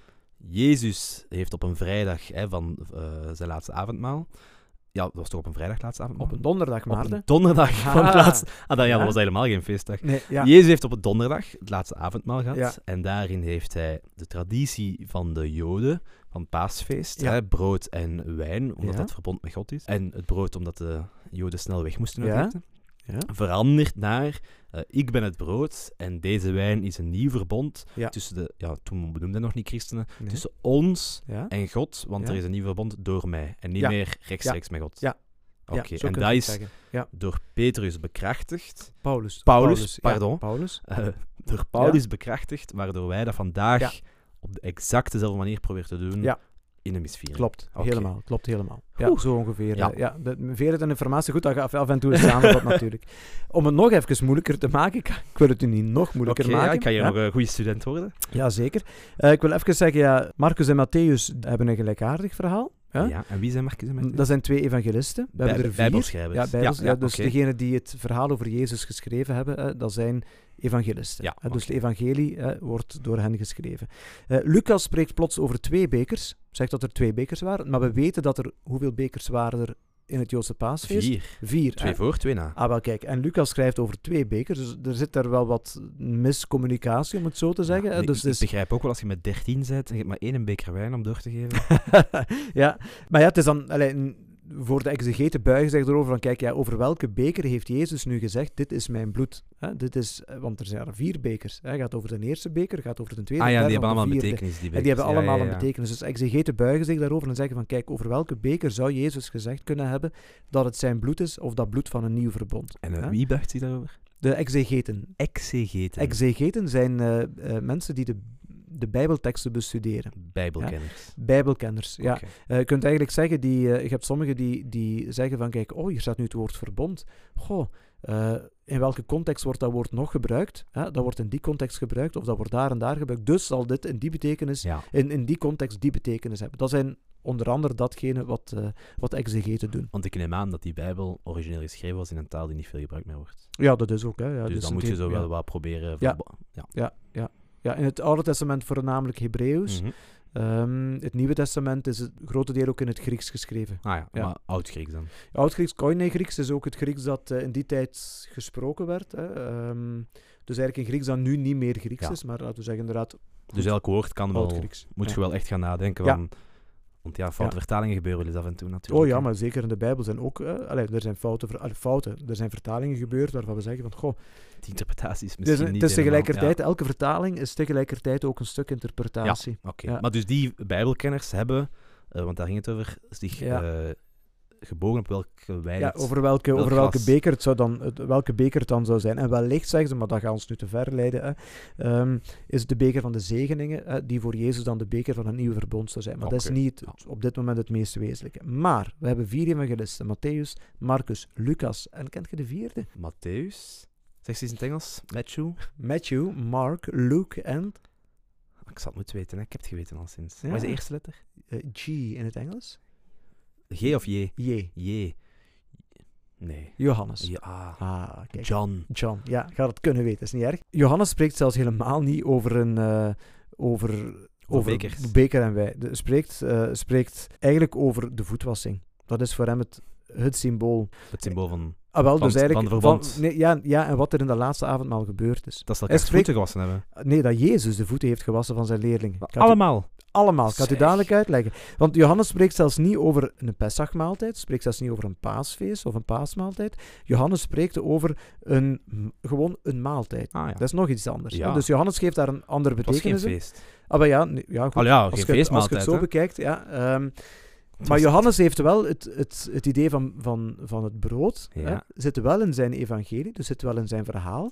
Jezus heeft op een vrijdag hè, van uh, zijn laatste avondmaal... Ja, dat was toch op een vrijdag laatste avond? Op een donderdag, Maarten. Op een donderdag ah. van het laatste... Ah, dan, ja, ja. dat was helemaal geen feestdag. Nee, ja. Jezus heeft op een donderdag het laatste avondmaal gehad. Ja. En daarin heeft hij de traditie van de Joden, van het paasfeest, ja. hè, brood en wijn, omdat ja. dat verbond met God is. En het brood omdat de Joden snel weg moesten uit ja. eten. Ja. Verandert naar, uh, ik ben het brood en deze wijn is een nieuw verbond ja. tussen de, ja, toen benoemden nog niet christenen, nee. tussen ons ja. en God, want ja. er is een nieuw verbond door mij en niet ja. meer rechtstreeks ja. met God. Ja. Oké, okay. ja, en dat is ja. door Petrus bekrachtigd. Paulus. Paulus, Paulus pardon. Ja, Paulus. Uh, door Paulus ja. bekrachtigd, waardoor wij dat vandaag ja. op de exact dezelfde manier proberen te doen ja. in de misviering. Klopt, okay. helemaal. Klopt helemaal. Ja, zo ongeveer. Ja. Uh, ja, de, veel het en informatie, goed, dat gaat af en toe is samenvat natuurlijk. Om het nog even moeilijker te maken, ik, ik wil het u niet nog moeilijker okay, maken. Ja, kan je ja? nog een goede student worden? Ja, zeker. Uh, ik wil even zeggen, ja, Marcus en Matthäus hebben een gelijkaardig verhaal. Ja? ja, en wie zijn Marcus en Matthäus? Dat zijn twee evangelisten. We Bij, hebben er vier. Bijbelschrijvers. Ja, bijbels, ja, ja, ja, dus okay. degenen die het verhaal over Jezus geschreven hebben, uh, dat zijn evangelisten. Ja, uh, dus okay. de evangelie uh, wordt door hen geschreven. Uh, Lucas spreekt plots over twee bekers. Zegt dat er twee bekers waren, maar we weten dat er... Hoeveel bekers waren er in het Joodse paasfeest? Vier. Vier. Twee hè? voor, twee na. Ah, wel kijk. En Lucas schrijft over twee bekers, dus er zit daar wel wat miscommunicatie, om het zo te zeggen. Ja, dus ik, dus... ik begrijp ook wel als je met dertien bent en je hebt maar één beker wijn om door te geven. ja, maar ja, het is dan... Allee, voor de exegeten buigen zich erover van, kijk, ja, over welke beker heeft Jezus nu gezegd, dit is mijn bloed. Hè? Dit is, want er zijn er vier bekers. Hij gaat over de eerste beker, gaat over de tweede, ah ja, derde, die hebben allemaal de een vierde. betekenis. Die, en die hebben ja, allemaal ja, ja. een betekenis. Dus exegeten buigen zich daarover en zeggen van, kijk, over welke beker zou Jezus gezegd kunnen hebben dat het zijn bloed is, of dat bloed van een nieuw verbond. En uh, hè? wie buigt zich daarover? De exegeten. Exegeten. Exegeten zijn uh, uh, mensen die de de Bijbelteksten bestuderen. Bijbelkenners. Ja? Bijbelkenners, ja. Okay. Uh, je kunt eigenlijk zeggen, die, uh, je hebt sommigen die, die zeggen van, kijk, oh, hier staat nu het woord verbond. Goh, uh, in welke context wordt dat woord nog gebruikt? Hè? Dat wordt in die context gebruikt, of dat wordt daar en daar gebruikt. Dus zal dit in die betekenis, ja. in, in die context die betekenis hebben. Dat zijn onder andere datgene wat, uh, wat exegeten doen. Want ik neem aan dat die Bijbel origineel geschreven was in een taal die niet veel gebruikt meer wordt. Ja, dat is ook. Hè. Ja, dus, dus dan moet je zo ja. wel wat proberen... Ja. Ja. Ja, ja. Ja, in het Oude Testament voornamelijk Hebreeuws. Mm-hmm. Um, het Nieuwe Testament is het grote deel ook in het Grieks geschreven. Ah ja, ja. maar Oud-Grieks dan? Oud-Grieks, Koine-Grieks is ook het Grieks dat uh, in die tijd gesproken werd. Hè. Um, dus eigenlijk een Grieks dat nu niet meer Grieks ja. is, maar laten we zeggen inderdaad... Dus elk woord kan wel... Moet ja. je wel echt gaan nadenken ja. van... Want ja, foute ja. vertalingen gebeuren wel eens af en toe natuurlijk. Oh ja, maar zeker in de Bijbel zijn ook... Uh, allee, er zijn fouten, ver, allee, fouten. Er zijn vertalingen gebeurd waarvan we zeggen van... Goh, die interpretatie is misschien dus, niet het is tegelijkertijd, ja. elke vertaling is tegelijkertijd ook een stuk interpretatie. Ja, oké. Okay. Ja. Maar dus die Bijbelkenners hebben... Uh, want daar ging het over... zich ja. uh, gebogen op welke wijn... Ja, over welke, welk over welke beker het zou dan, het, welke beker het dan zou zijn. En wellicht zeggen ze, maar dat gaat ons nu te ver leiden, hè, um, is de beker van de zegeningen, hè, die voor Jezus dan de beker van een nieuw verbond zou zijn. Maar okay. dat is niet het, op dit moment het meest wezenlijke. Maar, we hebben vier evangelisten. Matthäus, Marcus, Lucas. En kent je de vierde? Matthäus? Zeg ze eens in het Engels. Matthew? Matthew, Mark, Luke en... Ik zal het moeten weten, hè. Ik heb het geweten al sinds. Ja. Wat is de eerste letter? Uh, G in het Engels. G of J? J. J. Nee. Johannes. Ja. Ah, kijk. John. John, ja, gaat het kunnen weten, is niet erg. Johannes spreekt zelfs helemaal niet over een... Uh, over, over bekers. beker en wijn. De, spreekt, uh, spreekt eigenlijk over de voetwassing. Dat is voor hem het, het symbool. Het symbool van... Ah, wel, van, dus eigenlijk van verbond. Van, nee, ja, ja, en wat er in de laatste avondmaal gebeurd is. Dat ze elkaar voeten gewassen hebben. Nee, dat Jezus de voeten heeft gewassen van zijn leerlingen. Allemaal? U, allemaal. Ik ga het u dadelijk uitleggen. Want Johannes spreekt zelfs niet over een Pesachmaaltijd, spreekt zelfs niet over een paasfeest of een paasmaaltijd. Johannes spreekt over een, gewoon een maaltijd. Ah, ja. Dat is nog iets anders. Ja. Dus Johannes geeft daar een andere betekenis in. Het was geen feest. Ah, maar ja, nee, ja, goed. Al ja, als, geen je, als je het zo hè? bekijkt, ja... Um, Maar Johannes heeft wel het, het, het idee van, van, van het brood, ja. hè, zit wel in zijn evangelie, dus zit wel in zijn verhaal,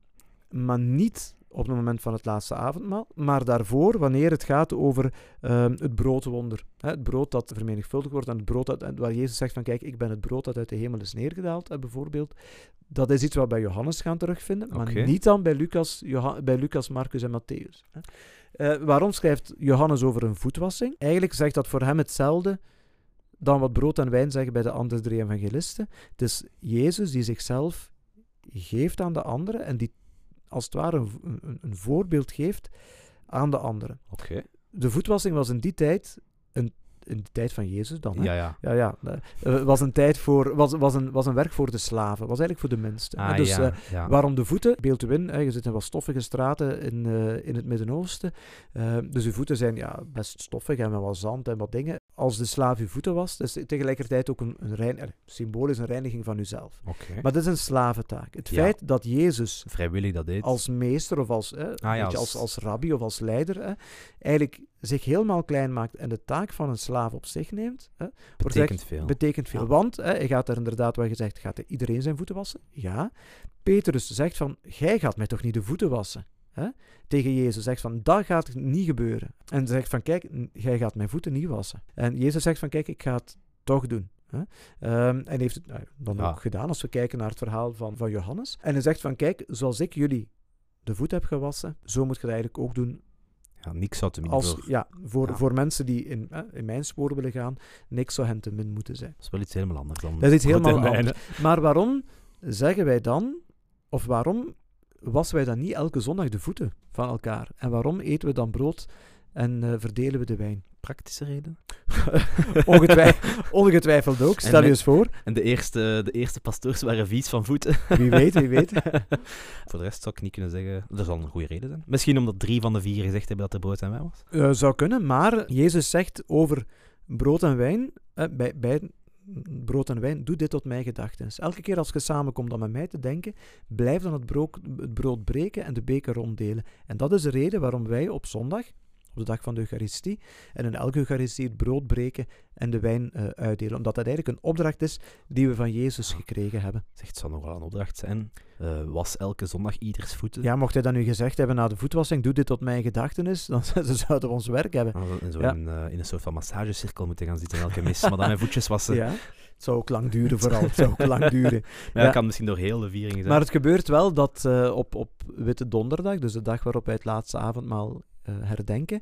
maar niet op het moment van het laatste avondmaal, maar daarvoor, wanneer het gaat over um, het broodwonder. Hè, het brood dat vermenigvuldigd wordt en het brood dat, waar Jezus zegt van kijk, ik ben het brood dat uit de hemel is neergedaald, hè, bijvoorbeeld. Dat is iets wat we bij Johannes gaan terugvinden, maar okay. niet dan bij Lucas, Johan, bij Lucas, Marcus en Matthäus. Hè. Uh, waarom schrijft Johannes over een voetwassing? Eigenlijk zegt dat voor hem hetzelfde dan wat brood en wijn zeggen bij de andere drie evangelisten. Het is Jezus die zichzelf geeft aan de anderen en die als het ware een, een, een voorbeeld geeft aan de anderen. Okay. De voetwassing was in die tijd, een, in de tijd van Jezus dan, hè? Ja, ja. Ja, ja. Uh, was een tijd voor, was, was, een, was een werk voor de slaven, was eigenlijk voor de minsten. Ah, dus ja, uh, ja. waarom de voeten? Beeld u in, hè? Je zit in wat stoffige straten in, uh, in het Midden-Oosten, uh, dus uw voeten zijn ja, best stoffig en met wat zand en wat dingen. Als de slaaf uw voeten was, dat is tegelijkertijd ook een, een rein, eh, symbolisch een reiniging van uzelf. Okay. Maar dat is een slaventaak. Het ja. feit dat Jezus vrijwillig dat deed. Als meester of als, eh, ah, ja, als... als... als rabbi of als leider, eh, eigenlijk zich helemaal klein maakt en de taak van een slaaf op zich neemt, eh, betekent gezegd, veel. Betekent veel. Ja. Want, eh, hij gaat er inderdaad, wat je zegt, gaat iedereen zijn voeten wassen? Ja. Petrus zegt van, jij gaat mij toch niet de voeten wassen? Hè? Tegen Jezus zegt van, dat gaat niet gebeuren. En zegt van, kijk, jij gaat mijn voeten niet wassen. En Jezus zegt van, kijk, ik ga het toch doen. Hè? Um, en heeft het nou, dan ja. ook gedaan als we kijken naar het verhaal van, van Johannes. En hij zegt van, kijk, zoals ik jullie de voet heb gewassen, zo moet je het eigenlijk ook doen. Ja, niks zou te min als, voor... Ja, voor, ja. voor mensen die in, eh, in mijn spoor willen gaan, niks zou hen te min moeten zijn. Dat is wel iets helemaal anders dan... Dat is iets helemaal anders. Maar waarom zeggen wij dan, of waarom wassen wij dan niet elke zondag de voeten van elkaar? En waarom eten we dan brood en uh, verdelen we de wijn? Praktische reden? Ongetwijfeld, ongetwijfeld ook, stel je eens voor. En de eerste, de eerste pastoors waren vies van voeten. Wie weet, wie weet. Voor de rest zou ik niet kunnen zeggen, er zal een goede reden zijn. Misschien omdat drie van de vier gezegd hebben dat er brood en wijn was? Uh, zou kunnen, maar Jezus zegt over brood en wijn, uh, bij, bij brood en wijn, doe dit tot mijn gedachtenis. Elke keer als je samenkomt om met mij te denken, blijf dan het brood, het brood breken en de beker ronddelen. En dat is de reden waarom wij op zondag, op de dag van de Eucharistie, en in elke Eucharistie het brood breken en de wijn uh, uitdelen. Omdat dat eigenlijk een opdracht is die we van Jezus gekregen hebben. Zeg, het zou nog wel een opdracht zijn. Uh, was elke zondag ieders voeten. Ja, mocht hij dan nu gezegd hebben na de voetwassing, doe dit tot mijn gedachtenis, dan zouden we ons werk hebben. En zo ja. in, uh, in een soort van massagecirkel moeten gaan zitten elke mis, maar dan mijn voetjes wassen. Ja, het zou ook lang duren vooral. Het zou ook lang duren. Maar ja, dat kan misschien door heel de viering zijn. Maar het gebeurt wel dat uh, op, op Witte Donderdag, dus de dag waarop wij het laatste avondmaal uh, herdenken,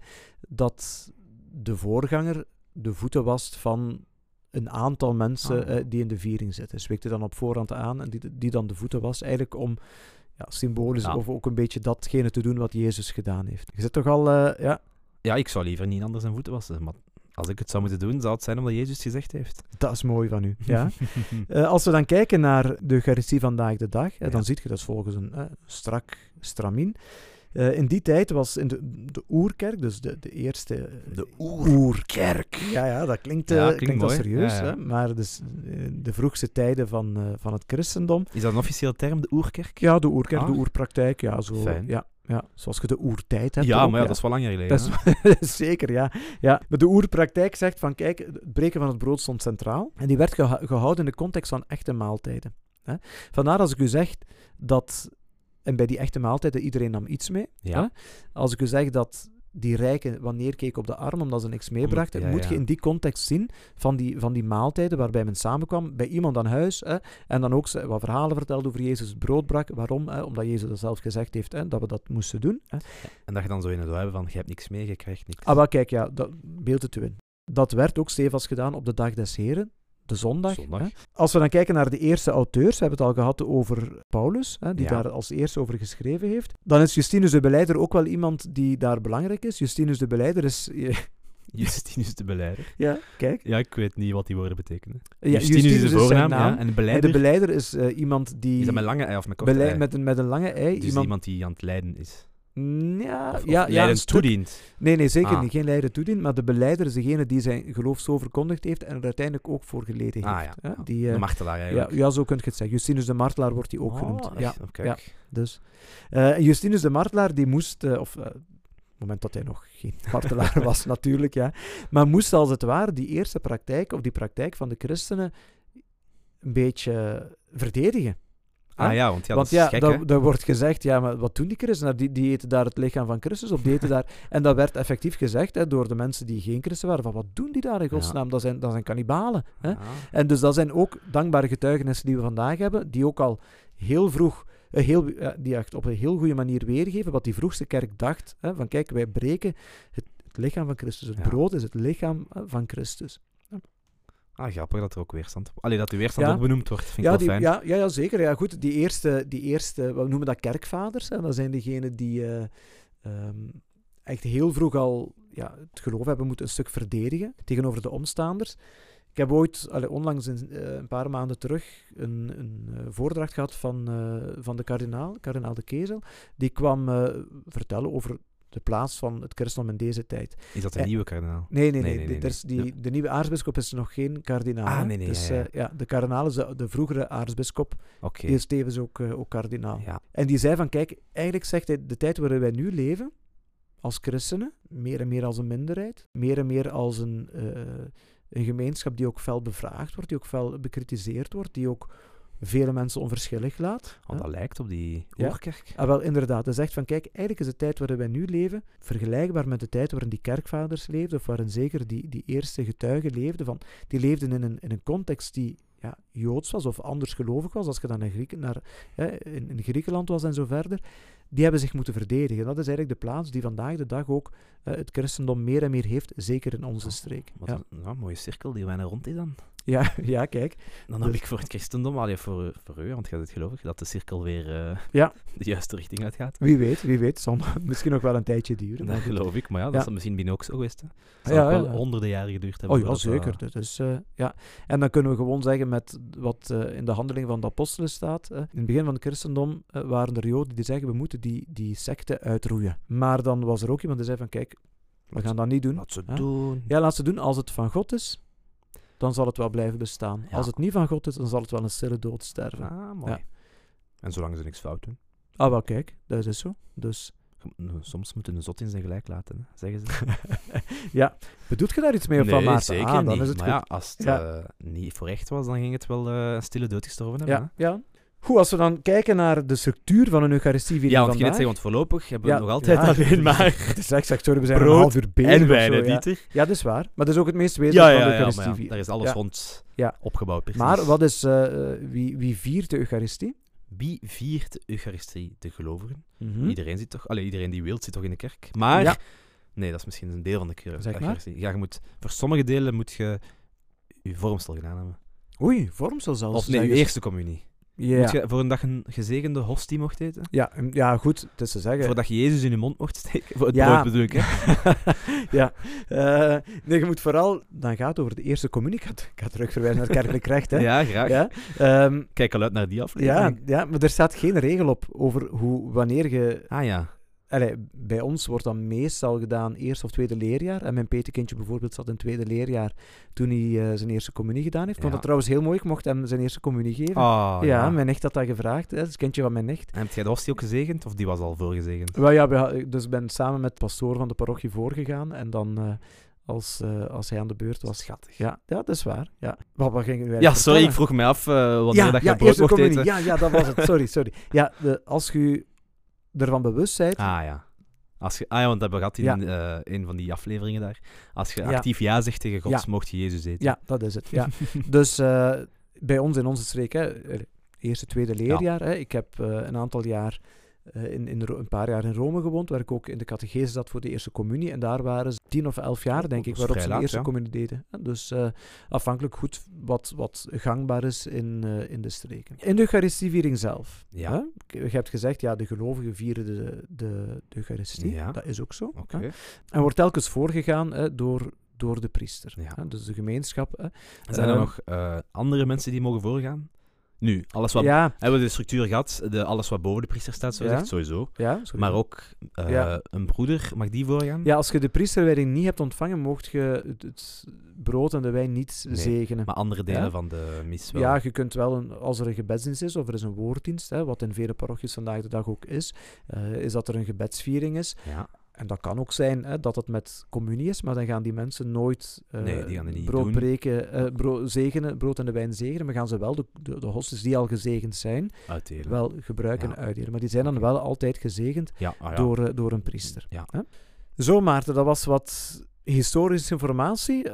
dat de voorganger de voeten wast van een aantal mensen oh. uh, die in de viering zitten. Zweekte dan op voorhand aan en die, die dan de voeten was, eigenlijk om ja, symbolisch ja. of ook een beetje datgene te doen wat Jezus gedaan heeft. Je zit toch al, uh, ja... Ja, ik zou liever niet anders zijn voeten wassen, maar als ik het zou moeten doen, zou het zijn omdat Jezus gezegd heeft. Dat is mooi van u, ja. uh, als we dan kijken naar de Eucharistie vandaag de dag, ja. uh, dan zie je dat volgens een uh, strak stramien. Uh, in die tijd was in de, de oerkerk, dus de, de eerste... De oerkerk. Ja, ja, dat klinkt, uh, ja, klinkt, klinkt mooi. serieus. Ja, ja. Hè? Maar dus, uh, de vroegste tijden van, uh, van het christendom... Is dat een officiële term, de oerkerk? Ja, de oerkerk, ah. de oerpraktijk. Ja, zo, Fijn. Ja, ja, zoals je de oertijd hebt. Ja, ook, maar ja, ja. dat is wel langer geleden. Dat is, zeker, ja. ja. Maar de oerpraktijk zegt van, kijk, het breken van het brood stond centraal. En die werd geha- gehouden in de context van echte maaltijden. Hè? Vandaar als ik u zeg dat... En bij die echte maaltijden, iedereen nam iets mee. Ja. Hè? Als ik u zeg dat die rijken wat neerkeken op de arm omdat ze niks meebrachten, ja, moet ja. je in die context zien van die, van die maaltijden waarbij men samenkwam, bij iemand aan huis, hè? En dan ook wat verhalen vertelde over Jezus het brood brak. Waarom? Hè? Omdat Jezus dat zelf gezegd heeft, hè? Dat we dat moesten doen. Hè? Ja. En dat je dan zo in het hebben van, je hebt niks mee, je krijgt niks. Ah, wel, kijk, ja, dat beeld het u in. Dat werd ook stevast gedaan op de dag des Heren. de zondag. Zondag. Hè. Als we dan kijken naar de eerste auteurs, we hebben het al gehad over Paulus, hè, die Ja. daar als eerste over geschreven heeft. Dan is Justinus de Beleider ook wel iemand die daar belangrijk is. Justinus de Beleider is... Justinus de Beleider. Ja, kijk. Ja, ik weet niet wat die woorden betekenen. Ja, Justinus, is de zijn voornaam, naam. ja. En de En Beleider, de Beleider is uh, iemand die... is dat met lange ei of met korte belei- ei? met, een, met een lange ei. Dus iemand... iemand die aan het lijden is. Ja, Of, of ja, ja, lijden een stuk. toedient. Nee, nee, zeker Ah. niet. Geen lijden toedient, maar de beleider is degene die zijn geloof zo verkondigd heeft en er uiteindelijk ook voor geleden heeft. Ah ja, Hè? ja. Die, uh, de martelaar ja, eigenlijk. ja, zo kun je het zeggen. Justinus de Martelaar wordt hij ook Oh, genoemd. echt? Ja, Oh, kijk. ja. Dus. Uh, Justinus de Martelaar, die moest, uh, of uh, op het moment dat hij nog geen martelaar was natuurlijk, ja, maar moest als het ware die eerste praktijk, of die praktijk van de christenen, een beetje verdedigen. Ah ja, want ja, Want dat is ja, gek, dat, hè? dat wordt gezegd, ja, maar wat doen die christenen? Die, die eten daar het lichaam van Christus op, die eten daar... En dat werd effectief gezegd hè, door de mensen die geen christen waren, van wat doen die daar in godsnaam? Ja. Dat zijn, dat zijn kannibalen. Hè? Ah. En dus dat zijn ook dankbare getuigenissen die we vandaag hebben, die ook al heel vroeg, uh, heel, uh, die echt op een heel goede manier weergeven wat die vroegste kerk dacht. Hè, van kijk, wij breken het, het lichaam van Christus. Het Ja. brood is het lichaam uh, van Christus. Ah, grappig dat er ook weerstand... Allee, dat de weerstand Ja. ook benoemd wordt, vind ik Ja, wel die, fijn. ja, ja, ja, zeker. Ja, goed, die eerste, die eerste, we noemen dat kerkvaders. Hè, dat zijn degenen die uh, um, echt heel vroeg al ja, het geloof hebben moeten een stuk verdedigen tegenover de omstaanders. Ik heb ooit, allee, onlangs in, uh, een paar maanden terug, een, een uh, voordracht gehad van, uh, van de kardinaal, kardinaal de Kezel. Die kwam uh, vertellen over de plaats van het christendom in deze tijd. Is dat een Eh, nieuwe kardinaal? Nee, nee, nee. Nee, nee, nee, Dit is die, nee. De nieuwe aartsbisschop is nog geen kardinaal. Ah, hè. nee, nee, dus, ja, ja. uh, ja, de kardinaal is de, de vroegere aartsbisschop. Oké. Die is tevens ook, uh, ook kardinaal. Ja. En die zei van, kijk, eigenlijk zegt hij, de tijd waarin wij nu leven, als christenen, meer en meer als een minderheid, meer en meer als een, uh, een gemeenschap die ook fel bevraagd wordt, die ook fel bekritiseerd wordt, die ook vele mensen onverschillig laat. Want hè. dat lijkt op die Ja. oerkerk. Ah, wel, inderdaad. Hij zegt van, kijk, eigenlijk is de tijd waarin wij nu leven vergelijkbaar met de tijd waarin die kerkvaders leefden, of waarin zeker die, die eerste getuigen leefden. Van, die leefden in een, in een context die ja, Joods was of anders gelovig was, als je dan naar, Grieken, naar hè, in, in Griekenland was en zo verder. Die hebben zich moeten verdedigen. Dat is eigenlijk de plaats die vandaag de dag ook uh, het christendom meer en meer heeft, zeker in onze streek. Wat Ja. een ja, mooie cirkel die bijna rond is dan. Ja, ja, kijk. Dan Dus- heb ik voor het christendom, allee, voor, voor u, want jij zit gelovig, dat de cirkel weer uh, Ja. de juiste richting uitgaat. Wie weet, wie weet. Het zal misschien nog wel een tijdje duren. Dat maar goed. geloof ik, maar ja, dat Ja. is misschien binnen ook zo geweest. Hè. Het zal Ja, ook wel ja, ja. honderden jaren geduurd hebben. Oh ja, voordat, zeker. uh, Dat is, uh, ja. En dan kunnen we gewoon zeggen met wat uh, in de handeling van de apostelen staat. Uh, in het begin van het christendom uh, waren er Joden die zeggen, we moeten die, die secte uitroeien. Maar dan was er ook iemand die zei van, kijk, we gaan dat niet doen. Laat ze Hè? doen. Ja, laat ze doen. Als het van God is, dan zal het wel blijven bestaan. Ja. Als het niet van God is, dan zal het wel een stille dood sterven. Ah, mooi. Ja. En zolang ze niks fout doen. Ah, wel kijk, dat is zo. Dus, Nou, soms moeten een zot in zijn gelijk laten, hè, zeggen ze. ja. Bedoelt je daar iets mee of van nee, Maarten? zeker ah, dan niet. is het maar goed. ja, als het Ja. uh, niet voor echt was, dan ging het wel uh, een stille dood gestorven hebben. Ja, ja. Goed, als we dan kijken naar de structuur van een Eucharistieviering Ja, want je net vandaag... zeggen, want voorlopig hebben we Ja, nog altijd ja, alleen maar Het is echt, sorry, we zijn brood een half uur bezig en of wijn, zo, hè, ja. Dieter? Ja, dat is waar. Maar dat is ook het meest wezenlijk Ja, van ja, de ja, maar ja, Eucharistieviering. daar is alles Ja. rond Ja. opgebouwd, precies. Maar wat is, uh, wie, wie viert de Eucharistie? Wie viert de Eucharistie? De gelovigen. Hm? Iedereen zit toch... Allee, iedereen die wil, zit toch in de kerk. Maar... Ja. Nee, dat is misschien een deel van de keur- Zeg maar. Eucharistie. Ja, je moet... Voor sommige delen moet je je vormsel gedaan hebben. Oei, vormsel zelfs. Of nee, je zeggen ze. eerste communie. Ja. Moet je voor een dag een gezegende hostie mocht eten? Ja, mm, ja, goed, het is te zeggen. Voordat je Jezus in je mond mocht steken? Voor het Ja. brood bedoel ik, hè? ja. Uh, nee, je moet vooral... Dan gaat het over de eerste communie. Ik ga, ik ga terug verwijzen naar het kerkelijk recht, hè. Ja, graag. Ja. Um, Kijk al uit naar die ja, aflevering. ja, maar er staat geen regel op over hoe, wanneer je... Ah ja. Allee, bij ons wordt dat meestal gedaan eerste of tweede leerjaar. En mijn petekindje bijvoorbeeld zat in het tweede leerjaar toen hij uh, zijn eerste communie gedaan heeft. Ik vond Ja. dat trouwens heel mooi. Ik mocht hem zijn eerste communie geven. Oh, ja, ja. mijn nicht had dat gevraagd. Hè. Dat is het kindje van mijn nicht. En heb jij de hostie ook gezegend? Of die was al voorgezegend? Wel, ja, we ha- dus ik ben samen met de pastoor van de parochie voorgegaan. En dan... Uh, Als, uh, als hij aan de beurt was. Schattig. Ja, ja, dat is waar. Ja, wat, wat gingen wij Ja, sorry, vertellen? ik vroeg me af uh, wanneer ja, dat je ja, brood eerste mocht communie. eten. Ja, ja, dat was het. Sorry, sorry. Ja, de, als je ervan bewust bent... Ah ja. Als je, ah ja, want dat hebben we gehad in Ja. uh, een van die afleveringen daar. Als je Ja. actief ja zegt tegen God, Ja. mocht je Jezus eten. Ja, dat is het. Ja. Dus uh, bij ons in onze streek, hè, eerste, tweede leerjaar. Hè, ik heb uh, een aantal jaar uh, in, in Ro- een paar jaar in Rome gewoond, waar ik ook in de catechese zat voor de eerste communie. En daar waren ze tien of elf jaar, denk ik, waarop ze de laat, eerste ja. communie deden. Dus uh, afhankelijk goed wat, wat gangbaar is in, uh, in de streken. In de Eucharistieviering zelf. Ja. Hè? Je hebt gezegd, ja, de gelovigen vieren de, de, de Eucharistie. Ja. Dat is ook zo. Oké. Hè? En wordt telkens voorgegaan hè, door, door de priester. Ja. Hè? Dus de gemeenschap. Hè? Zijn er Um, nog uh, andere mensen die mogen voorgaan? Nu, alles wat... Ja, Hebben we de structuur gehad, de, alles wat boven de priester staat, zo Ja. gezegd, sowieso. ja, sorry. Maar ook uh, Ja. een broeder, mag die voorgaan? Ja, als je de priesterwijding niet hebt ontvangen, mocht je het, het brood en de wijn niet Nee, zegenen. Maar andere delen Ja. van de mis wel. Ja, je kunt wel, een, als er een gebedsdienst is, of er is een woorddienst, hè, wat in vele parochies vandaag de dag ook is, uh, is dat er een gebedsviering is. Ja. En dat kan ook zijn hè, dat het met communie is, maar dan gaan die mensen nooit uh, Nee, die gaan het niet brood doen. breken, uh, bro- zegenen, brood en de wijn zegenen, maar gaan ze wel de, de, de hosties die al gezegend zijn, Uitdelen. wel gebruiken Ja. en uitdelen. Maar die zijn dan Oké. wel altijd gezegend Ja, ah, ja. door, uh, door een priester. Ja. Hè? Zo, Maarten, dat was wat historische informatie. Uh,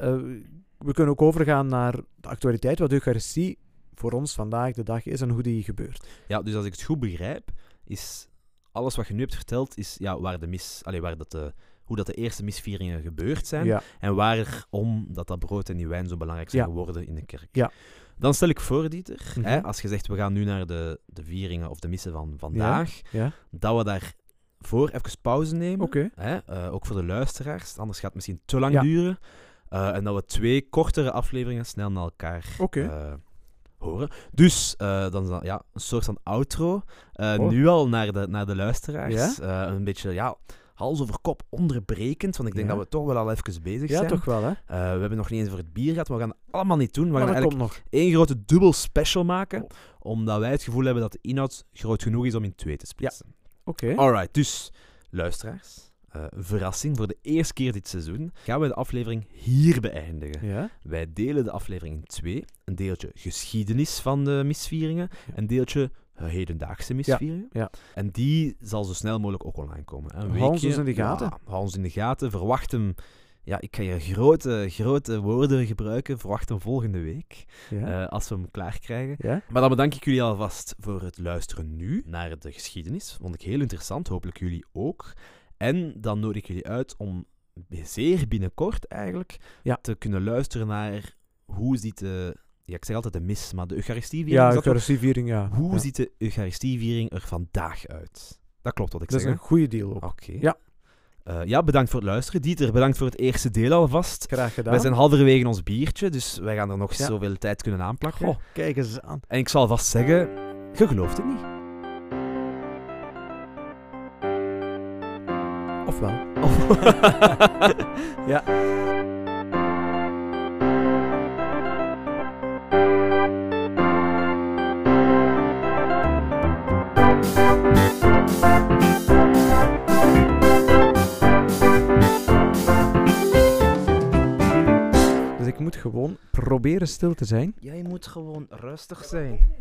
we kunnen ook overgaan naar de actualiteit, wat de Eucharistie voor ons vandaag de dag is en hoe die gebeurt. Ja, dus als ik het goed begrijp, is alles wat je nu hebt verteld, is ja, waar de mis, allee, waar dat de, hoe dat de eerste misvieringen gebeurd zijn Ja. en waarom dat, dat brood en die wijn zo belangrijk zijn Ja. geworden in de kerk. Ja. Dan stel ik voor, Dieter, Mhm. hè, als je zegt we gaan nu naar de, de vieringen of de missen van vandaag, Ja. dat we daarvoor even pauze nemen. Oké. Hè, uh, ook voor de luisteraars, anders gaat het misschien te lang Ja. duren. Uh, en dat we twee kortere afleveringen snel naar elkaar Oké. uh, horen. Dus uh, dan is dat ja, een soort van outro. Uh, Oh. Nu al naar de, naar de luisteraars. Uh, een beetje ja, hals over kop onderbrekend, want ik denk Ja. dat we toch wel al even bezig Ja, zijn. toch wel, hè? Uh, we hebben nog niet eens voor het bier gehad, maar we gaan het allemaal niet doen. We Maar gaan dat eigenlijk komt nog. één grote dubbel special maken, Oh. omdat wij het gevoel hebben dat de inhoud groot genoeg is om in twee te splitsen. Oké. Alright, dus luisteraars, uh, verrassing, voor de eerste keer dit seizoen gaan we de aflevering hier beëindigen. Ja. Wij delen de aflevering in twee. Een deeltje geschiedenis van de misvieringen, Ja. een deeltje uh, hedendaagse misvieringen. ja. En die zal zo snel mogelijk ook online komen. Hè. Een Hou ons weekje. dus in de gaten. Ja, hou ons in de gaten. Verwacht hem... Ja, ik ga hier grote, grote woorden gebruiken. Verwacht hem volgende week, Ja. uh, als we hem klaar krijgen. ja. Maar dan bedank ik jullie alvast voor het luisteren nu naar de geschiedenis. Vond ik heel interessant, hopelijk jullie ook. En dan nodig ik jullie uit om zeer binnenkort eigenlijk Ja. te kunnen luisteren naar hoe ziet de... Ja, ik zeg altijd de mis, maar de Eucharistieviering... Ja, is dat toch? Eucharistieviering, ja. Hoe ja. ziet de Eucharistieviering er vandaag uit? Dat klopt wat ik Dat is zeg, een hè? goede deal ook. Oké. Ja. Uh, ja, bedankt voor het luisteren. Dieter, bedankt voor het eerste deel alvast. Graag gedaan. Wij zijn halverwege ons biertje, dus wij gaan er nog Ja. zoveel tijd kunnen aanplakken. Goh, kijk eens aan. En ik zal vast zeggen, je gelooft het niet. Of wel. Ja. Dus ik moet gewoon proberen stil te zijn. Jij moet gewoon rustig zijn.